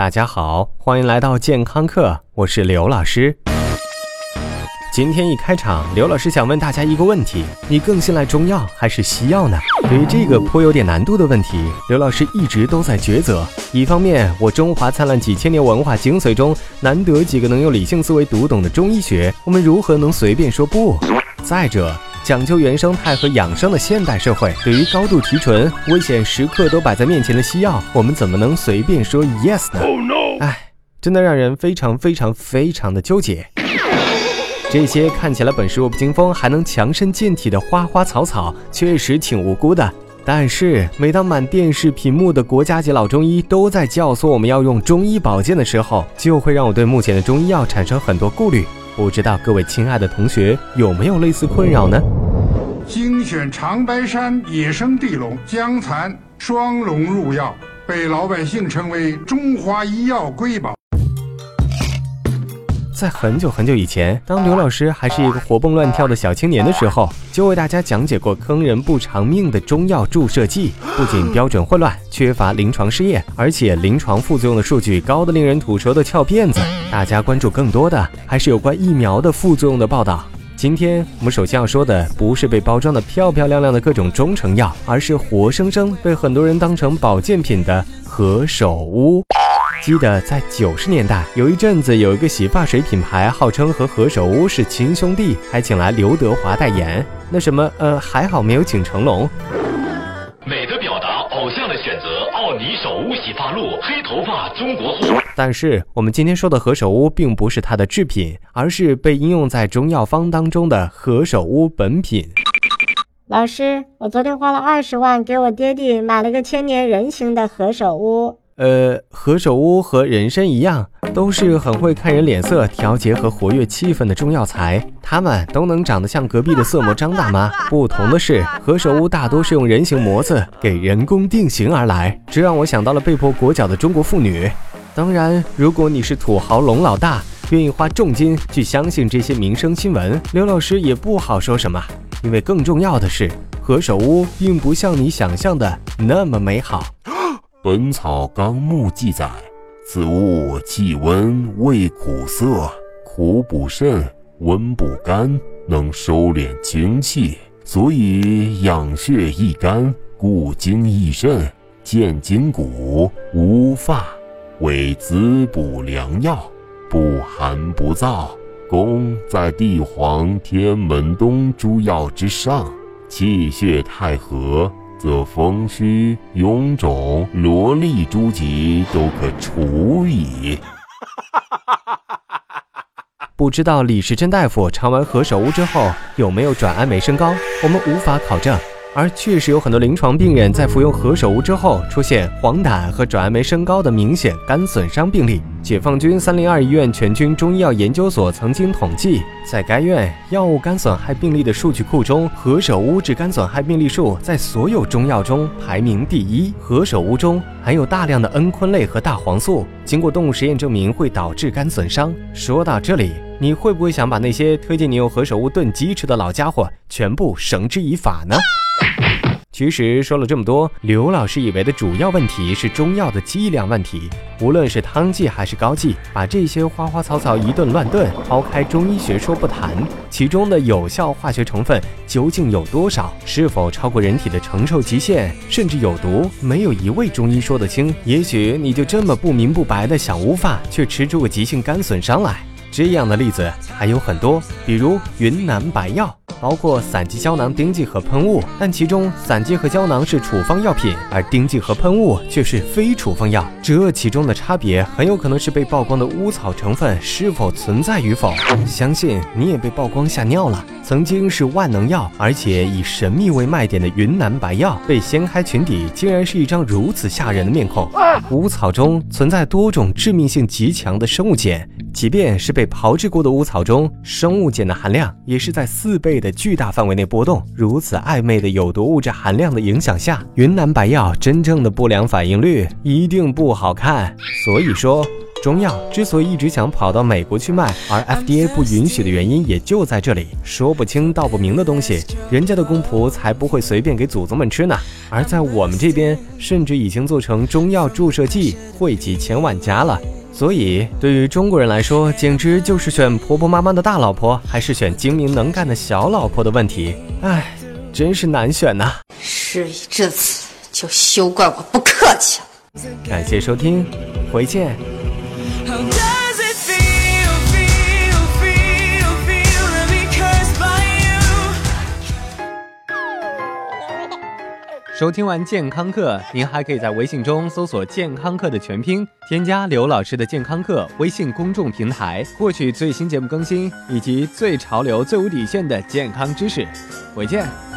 大家好，欢迎来到健康课，我是刘老师。今天一开场，刘老师想问大家一个问题，你更信赖中药还是西药呢？对于这个颇有点难度的问题，刘老师一直都在抉择。一方面，我中华灿烂几千年文化精髓中难得几个能用理性思维读懂的中医学，我们如何能随便说不？再者，讲究原生态和养生的现代社会，对于高度提纯、危险时刻都摆在面前的西药，我们怎么能随便说 yes 呢？真的让人非常的纠结。这些看起来本是弱不禁风，还能强身健体的花花草草，确实挺无辜的。但是每当满电视屏幕的国家级老中医都在教唆我们要用中医保健的时候，就会让我对目前的中医药产生很多顾虑。不知道各位亲爱的同学有没有类似困扰呢？ 精选长白山野生地龙、姜蚕双龙入药，被老百姓称为中华医药瑰宝。 在很久以前，当刘老师还是一个活蹦乱跳的小青年的时候，就为大家讲解过坑人不偿命的中药注射剂，不仅标准混乱，缺乏临床试验，而且临床副作用的数据高得令人吐舌的翘辫子。大家关注更多的还是有关疫苗的副作用的报道。今天我们首先要说的不是被包装的漂漂亮亮的各种中成药，而是活生生被很多人当成保健品的何首乌。记得在90年代，有一阵子有一个洗发水品牌号称和何首乌是亲兄弟，还请来刘德华代言。那什么还好没有请成龙。 美的表达，偶像的选择，奥尼首乌洗发露，黑头发中国货。 但是我们今天说的何首乌并不是它的制品，而是被应用在中药方当中的何首乌本品。 老师，我昨天花了20万给我爹地买了个1000年人形的何首乌。 何首乌和人参一样，都是很会看人脸色、调节和活跃气氛的中药材，它们都能长得像隔壁的色魔张大妈。不同的是，何首乌大多是用人形模子给人工定型而来，这让我想到了被迫裹脚的中国妇女。当然，如果你是土豪龙老大，愿意花重金去相信这些民生新闻，刘老师也不好说什么。因为更重要的是，何首乌并不像你想象的那么美好。 本草纲目记载，此物气温，味苦涩，苦补肾，温补肝，能收敛精气，所以养血益肝，固精益肾，健筋骨，无发，为滋补良药，不寒不燥，功在地黄、天门冬诸药之上，气血太和，则风虚、臃肿、罗痢诸疾都可除矣。 不知道李时珍大夫尝完何首乌之后有没有转氨酶升高，我们无法考证。而确实有很多临床病人在服用何首乌之后出现黄疸和转氨酶升高的明显肝损伤病例。解放军302医院全军中医药研究所曾经统计，在该院药物肝损害病例的数据库中，何首乌致肝损害病例数在所有中药中排名第1。何首乌中含有大量的蒽醌类和大黄素，经过动物实验证明会导致肝损伤。说到这里，你会不会想把那些推荐你用何首乌炖鸡吃的老家伙全部绳之以法呢？其实说了这么多，刘老师以为的主要问题是中药的剂量问题。无论是汤剂还是膏剂，把这些花花草草一顿乱炖，抛开中医学说不谈，其中的有效化学成分究竟有多少，是否超过人体的承受极限，甚至有毒，没有一位中医说得清。也许你就这么不明不白的想乌发，却吃出个急性肝损伤来。这样的例子还有很多，比如云南白药，包括散剂、胶囊、滴剂和喷雾，但其中散剂和胶囊是处方药品，而滴剂和喷雾却是非处方药。这其中的差别很有可能是被曝光的乌草成分是否存在与否。相信你也被曝光吓尿了。曾经是万能药，而且以神秘为卖点的云南白药，被掀开裙底，竟然是一张如此吓人的面孔。乌草中存在多种致命性极强的生物碱，即便是被炮制过的乌草中，生物碱的含量也是在4倍的巨大范围内波动。如此暧昧的有毒物质含量的影响下，云南白药真正的不良反应率一定不好看。所以说， 中药之所以一直想跑到美国去卖，而 FDA 不允许的原因也就在这里。说不清道不明的东西，人家的公仆才不会随便给祖宗们吃呢。而在我们这边，甚至已经做成中药注射剂，惠及千万家了。所以对于中国人来说，简直就是选婆婆妈妈的大老婆还是选精明能干的小老婆的问题。唉，真是难选呐。 事已至此，就休怪我不客气了。 感谢收听，回见。收听完健康课，您还可以在微信中搜索健康课的全拼，添加刘老师的健康课微信公众平台，获取最新节目更新以及最潮流最无底线的健康知识。回见。